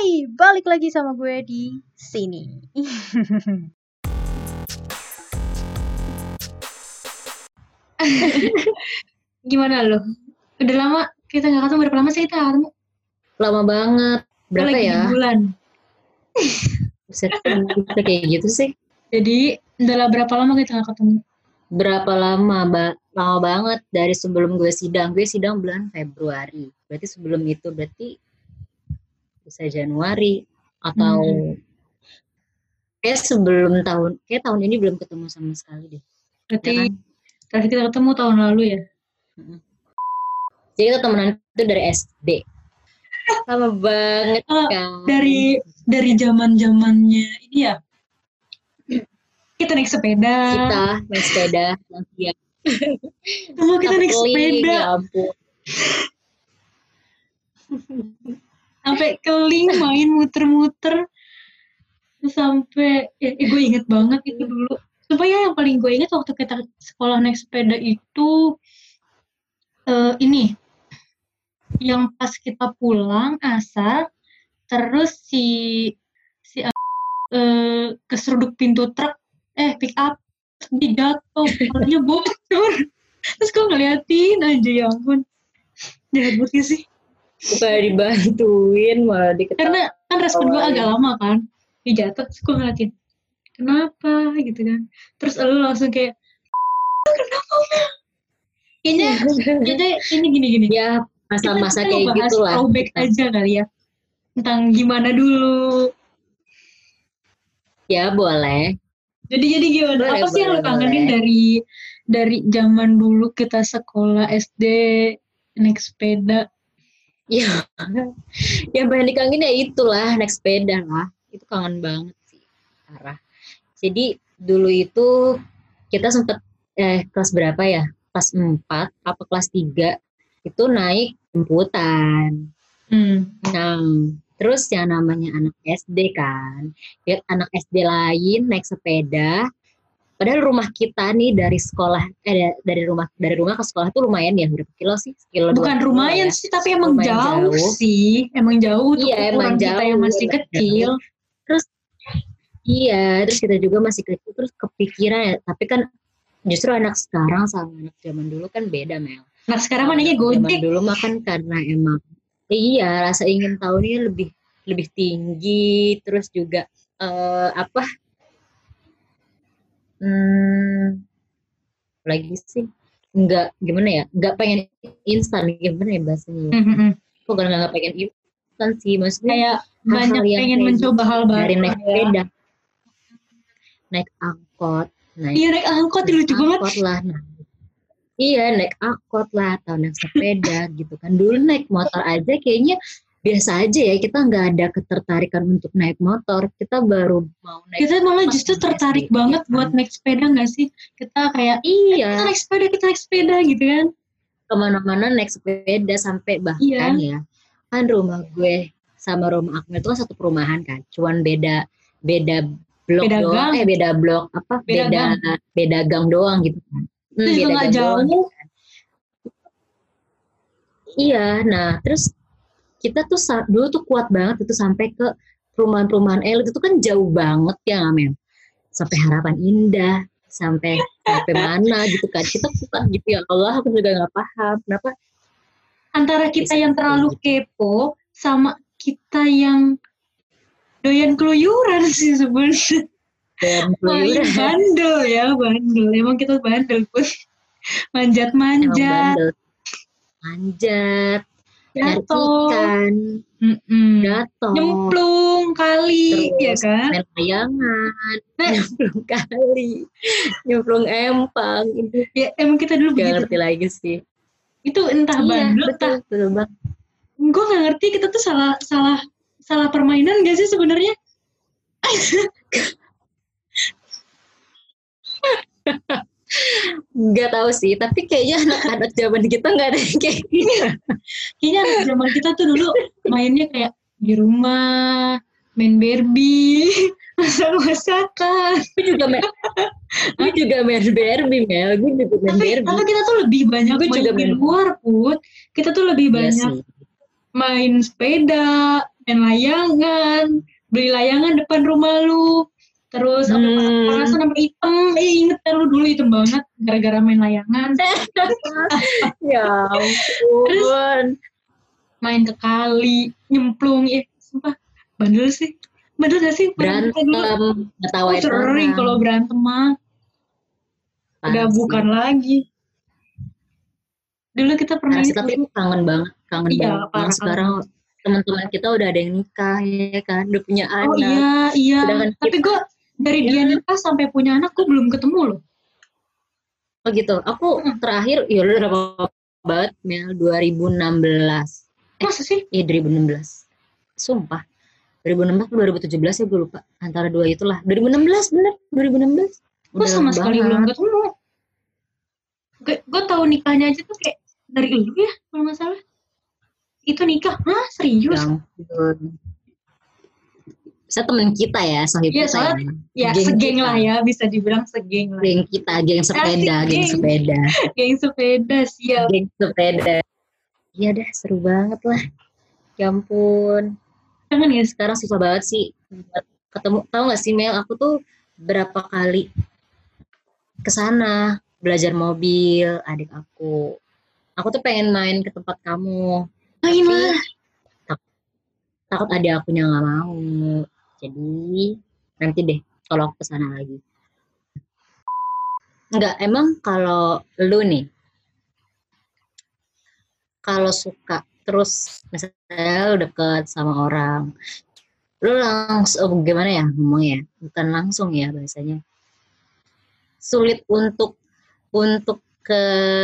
Hai, balik lagi sama gue di sini. Gimana lo? Udah lama kita nggak ketemu. Berapa lama sih kita ketemu? Lama banget. Berapa lagi ya? 6 bulan. Bisa kayak gitu sih. Jadi udah berapa lama kita nggak ketemu? Berapa lama? Lama banget dari sebelum gue sidang. Gue sidang bulan Februari. Berarti sebelum itu bisa Januari atau kayak sebelum tahun ini belum ketemu sama sekali deh. Berarti Ya kan? terakhir kita ketemu tahun lalu ya? Jadi kita temenan itu dari SD. Lama banget kan. Dari zaman-zamannya ini ya. Kita naik sepeda. Kita naik sepeda. Semua kita naik sepeda. Ya ampun. Sampai keling main muter-muter. Sampai gue inget banget itu dulu. Supaya yang paling gue inget waktu kita sekolah naik sepeda itu ini yang pas kita pulang asar, terus si keseruduk pintu truk pick up, dia jatuh, kepalanya bocor. Terus gue ngeliatin aja, ya ampun, jahat banget sih. Supaya dibantuin malah diketawain. Karena kan respon gue agak lama kan, dia jatuh, terus gue ngeliatin, kenapa gitu kan. Terus lu langsung kayak, kenapa Mel? Ini gini. Ya masa-masa kayak gitu lah. Kita throwback aja kali ya, tentang gimana dulu. Ya boleh. Jadi gimana? Boleh, apa sih yang lo kangenin dari zaman dulu kita sekolah SD naik sepeda? Ya, yang paling dikangenin ya itulah naik sepeda lah. Itu kangen banget sih, parah. Jadi dulu itu kita sempet kelas berapa ya? Kelas 4 apa kelas 3 itu naik jemputan. Nah, terus yang namanya anak SD kan, lihat anak SD lain naik sepeda. Padahal rumah kita nih dari sekolah dari rumah ke sekolah tuh lumayan ya, berapa kilo sih? Bukan lumayan sih, tapi emang jauh sih. Emang jauh tuh ukuran kita yang masih kecil. Terus kita juga masih kecil, terus kepikiran ya, tapi kan justru anak sekarang sama anak zaman dulu kan beda, Mel. Nah, sekarang mananya Gojek. Zaman dulu makan karena emang rasa ingin tahunya lebih tinggi, terus juga lagi sih nggak pengen instan, gimana ya bahasanya. Bukan nggak pengen instan sih, maksudnya kayak banyak pengen mencoba hal baru. Dari naik sepeda, naik angkot. Naik angkot lucu banget lah. Naik angkot lah atau naik sepeda gitu kan. Dulu naik motor aja kayaknya biasa aja ya, kita nggak ada ketertarikan untuk naik motor. Kita baru mau naik. Kita malah justru tertarik banget buat naik sepeda nggak sih? Kita kayak kita naik sepeda gitu kan. Kemana-mana naik sepeda sampai bahkan ya kan rumah gue sama rumah Akmel itu kan satu perumahan kan. Cuman beda blok doang. Beda gang doang gitu kan. Itu juga nggak jauh. Gitu kan. Iya, nah terus kita tuh dulu tuh kuat banget itu sampai ke perumahan-perumahan elit itu kan jauh banget ya Mel. Sampai Harapan Indah, sampai mana gitu kan. Kita kuat gitu ya Allah, aku juga nggak paham kenapa. Antara kita yang terlalu kepo sama kita yang doyan keluyuran sih sebenarnya. Bandel. Emang kita bandel pun. Manjat. Jatuh, ikan, jatuh, nyemplung kali, terus, ya kan? Main layangan, nyemplung kali, nyemplung empang. Ya emang kita dulu begitu. Gak ngerti lagi sih. Itu entah bandel, entah. Gue nggak ngerti, kita tuh salah permainan gak sih sebenarnya? Gak tahu sih, tapi kayaknya anak-anak zaman kita nggak ada yang kayak gini. Kayaknya anak zaman kita tuh dulu mainnya kayak di rumah, main Barbie, masak-masakan. Gue juga main Barbie, Mel. Gue juga main Barbie. Tapi kita tuh lebih banyak main di luar, Put. Kita tuh lebih banyak main sepeda, main layangan, beli layangan depan rumah lu, terus sampai panas-panasan sampai hitam. Inget kan lu dulu hitam banget gara-gara main layangan. Ya Terus ampun. main ke kali, nyemplung, sumpah bandel sih. Bandel gak sih? Bandel kita dulu. Berantem, ngetawain Sering orang. kalau berantem mah. Udah Parah sih. bukan lagi. Dulu kita pernah Parah sih, ini tapi kangen banget. Iya, parah, Sekarang teman-teman kita udah ada yang nikah ya kan, udah punya Oh anak. iya. Sedangkan Tapi gue dari dia nikah sampai punya anak gue belum ketemu loh. Oh gitu. Aku terakhir ya udah berapa banget Mel 2016. Masa sih? Iya 2016. Sumpah. 2016 atau 2017 ya gue lupa. Antara dua itulah. 2016 bener. 2016. Gue sama sekali belum ketemu. Gue tahu nikahnya aja tuh kayak dari lu ya kalau nggak salah. Itu nikah? Hah serius? Ya ampun. Saya temen kita ya, sahib Iya, kita soalnya ya Geng segeng kita. lah ya, bisa dibilang segeng lah. Geng kita, geng sepeda, Asik, geng sepeda. Geng sepeda, siap. Geng sepeda. Iya dah, seru banget lah. Ya ampun. Kangen ya? Sekarang susah banget sih ketemu. Tahu nggak sih Mel, aku tuh berapa kali kesana belajar mobil adik aku. Aku tuh pengen main ke tempat kamu. Main lah. Takut adik akunya nggak mau. Jadi nanti deh kalau aku kesana lagi. Enggak, emang kalau lu nih, kalau suka terus misalnya lu deket sama orang, lu langsung gimana ya ngomongnya? Bukan langsung ya bahasanya. Sulit untuk ke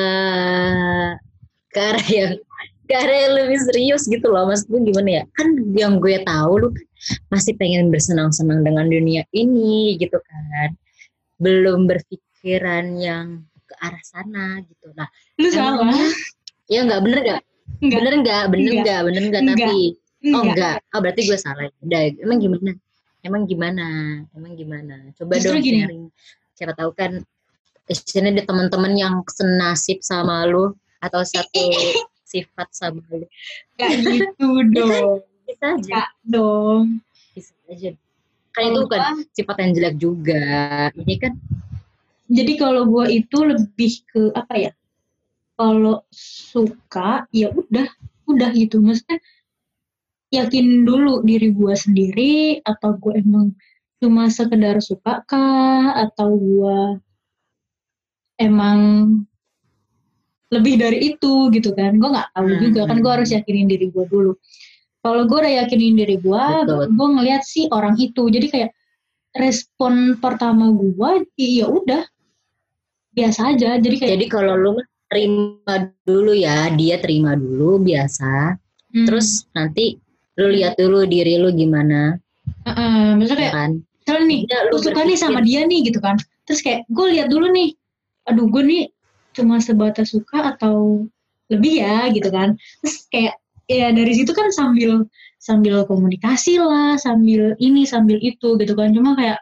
arah yang lebih serius gitu loh. Maksud gue gimana ya? Kan yang gue tahu lu kan masih pengen bersenang-senang dengan dunia ini gitu kan. Belum berpikiran yang ke arah sana gitu. Nah, Lu salah. Ya enggak, bener enggak? Bener enggak? Tapi enggak. Oh, berarti gue salah. Udah, emang gimana? Coba Justru dong gini. sharing. Siapa tahu kan sini ada teman-teman yang senasib sama lu atau satu sifat sama lu. Gak gitu dong. Bisa aja. Gak dong. Bisa aja. Kan itu bukan sifat yang jelek juga. Ini kan. Jadi kalau gue itu lebih ke apa ya? Kalau suka ya udah gitu. Maksudnya yakin dulu diri gue sendiri, atau gue emang cuma sekedar suka kah, atau gue emang lebih dari itu gitu kan. Gue nggak tahu juga kan, gue harus yakinin diri gue dulu. Kalau gue udah yakinin diri gue ngeliat sih orang itu. Jadi kayak respon pertama gue ya udah biasa aja. Jadi kalau lu terima dulu ya, dia terima dulu biasa. Terus nanti lu lihat dulu diri lu gimana. Misalnya kayak kan? misalnya nih, lu suka nih sama dia nih gitu kan. Terus kayak gue lihat dulu nih, aduh gue nih cuma sebatas suka atau lebih ya gitu kan. Terus kayak ya dari situ kan sambil komunikasi lah, sambil ini sambil itu gitu kan. Cuma kayak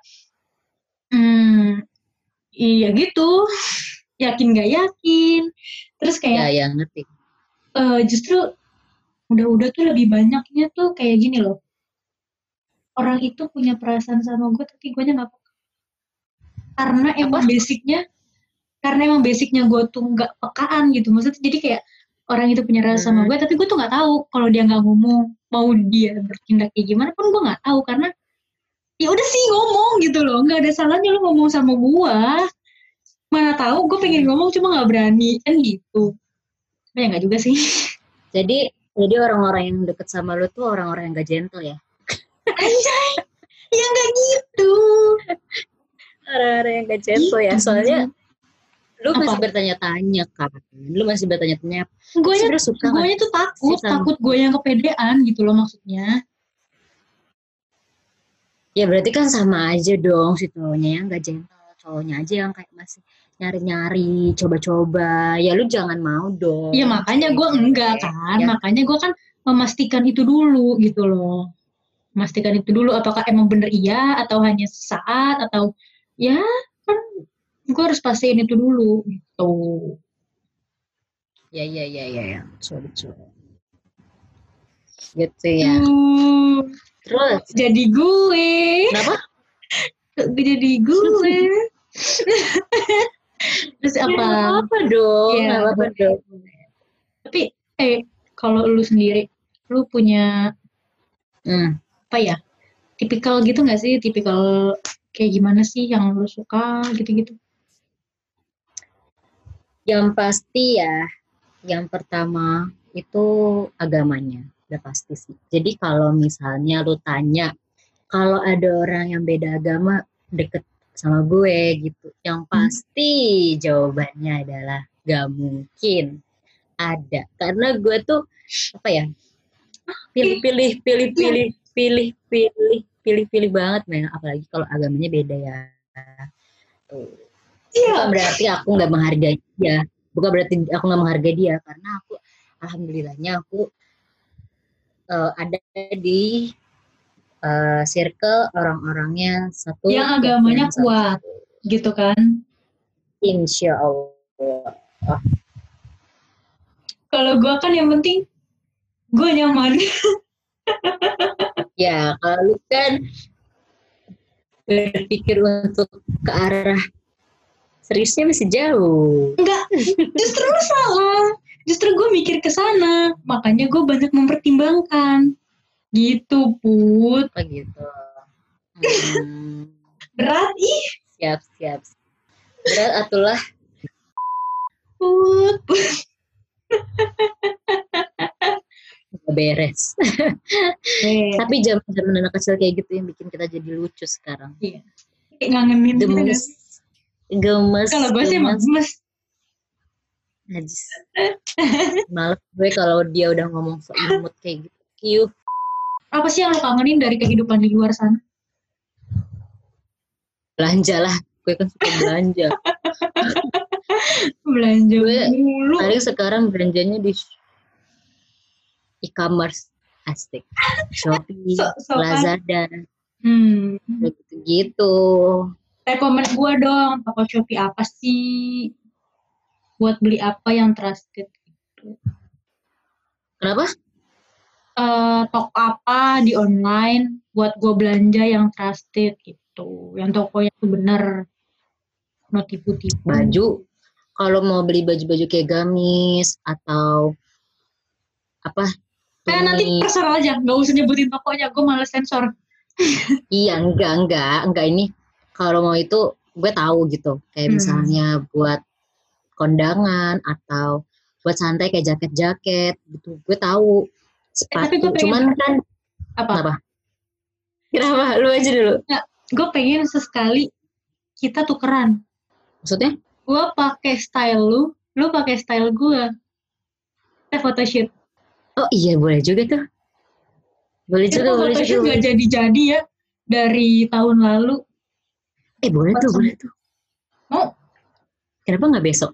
iya gitu, yakin gak yakin. Terus kayak ya ngerti. Justru udah tuh lebih banyaknya tuh kayak gini loh. Orang itu punya perasaan sama gue tapi gue nya gak peka. Karena emang basicnya gue tuh gak pekaan gitu. Maksudnya jadi kayak orang itu punya rasa sama gue tapi gue tuh gak tahu kalau dia gak ngomong mau dia bertindak kayak gimana pun gue gak tahu. Karena ya udah sih ngomong gitu loh, gak ada salahnya lo ngomong sama gue. Mana tahu gue pengen ngomong cuma gak berani kan gitu. Ya gak juga sih. Jadi orang-orang yang deket sama lo tuh orang-orang yang gak gentle ya? Anjay, ya gak gitu. Orang-orang yang gak gentle ya, soalnya lu masih bertanya-tanya kan, gue tuh takut gue yang kepedean gitu loh maksudnya. Ya berarti kan sama aja dong si cowoknya yang gak gentle, cowoknya aja yang kayak masih nyari-nyari, coba-coba. Ya lu jangan mau dong. Ya makanya gue enggak kan, makanya gue kan memastikan itu dulu gitu loh. Memastikan itu dulu apakah emang bener iya atau hanya sesaat atau ya kan gue harus pastiin itu dulu gitu. Ya. Betul. gitu ya. Terus Jadi gue. kenapa? Jadi gue. Terus Nggak apa? apa-apa dong, Iya, nggak apa-apa boleh. dong. Tapi kalau lu sendiri, lu punya apa ya? Tipikal gitu nggak sih? Tipikal kayak gimana sih yang lu suka gitu-gitu? Yang pasti ya, yang pertama itu agamanya, udah pasti sih. Jadi kalau misalnya lu tanya, kalau ada orang yang beda agama deket sama gue gitu, yang pasti jawabannya adalah gak mungkin ada. Karena gue tuh apa ya, pilih banget, men. Apalagi kalau agamanya beda ya. Tuh. Bukan berarti aku nggak menghargai dia, bukan berarti aku nggak menghargai dia, karena aku alhamdulillahnya aku ada di circle orang-orangnya satu Yang agamanya keyakinan sama kuat, gitu kan? Insya Allah. Kalau gue kan yang penting gue nyaman. Ya kalau lu kan berpikir untuk ke arah seriusnya masih jauh. Enggak, justru lu salah. Justru gue mikir ke sana, makanya gue banyak mempertimbangkan. Gitu, Put. Oh gitu. Berat ih. Siap. Berat atulah. Put. Nggak beres. Tapi zaman anak kecil kayak gitu yang bikin kita jadi lucu sekarang. Iya. Kayak ngangenin gitu kan? Gemes. Kalau gue sih emang gemes. Najis. Males gue kalau dia udah ngomong so imut kayak gitu. Kiuh. Apa sih yang lo kangenin dari kehidupan di luar sana? Belanja lah. Gue kan suka belanja. Belanja Gue mulu. paling sekarang belanjanya di e-commerce. Asik. Shopee, Lazada. Gitu. Rekomen gue dong, toko Shopee apa sih? Buat beli apa yang trusted gitu. Kenapa? Toko apa di online buat gue belanja yang trusted gitu. Yang tokonya tuh bener. No tipu-tipu. Baju. Kalau mau beli baju-baju kayak gamis atau apa? Nanti terserah aja, nggak usah nyebutin tokonya, gue males sensor. Iya, enggak ini. Kalau mau itu gue tahu gitu. Kayak misalnya buat kondangan atau buat santai kayak jaket-jaket gitu. Gue tahu. Sepatu. Cuman kan apa? Kenapa? Lu aja dulu. Nah, gue pengen sesekali kita tukeran. Maksudnya? Gue pakai style lu pakai style gue. Kita photoshoot. Oh iya, boleh juga tuh. Boleh juga. Photoshoot gak jadi-jadi ya dari tahun lalu. Boleh tuh. Mau? Kenapa nggak besok?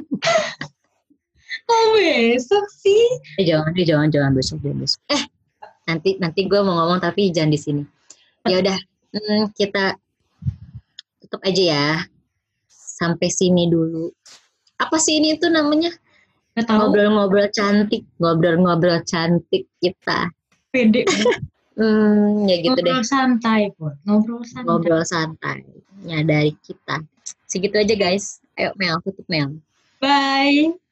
Kok besok sih? Jangan besok. Nanti gue mau ngomong tapi jangan di sini. Ya udah, kita tutup aja ya. Sampai sini dulu. Apa sih ini tuh namanya? Ngobrol-ngobrol cantik kita. Pede. Ya gitu deh. Ngobrol santai. Ya dari kita. Segitu aja guys. Ayo Mel, tutup Mel. Bye.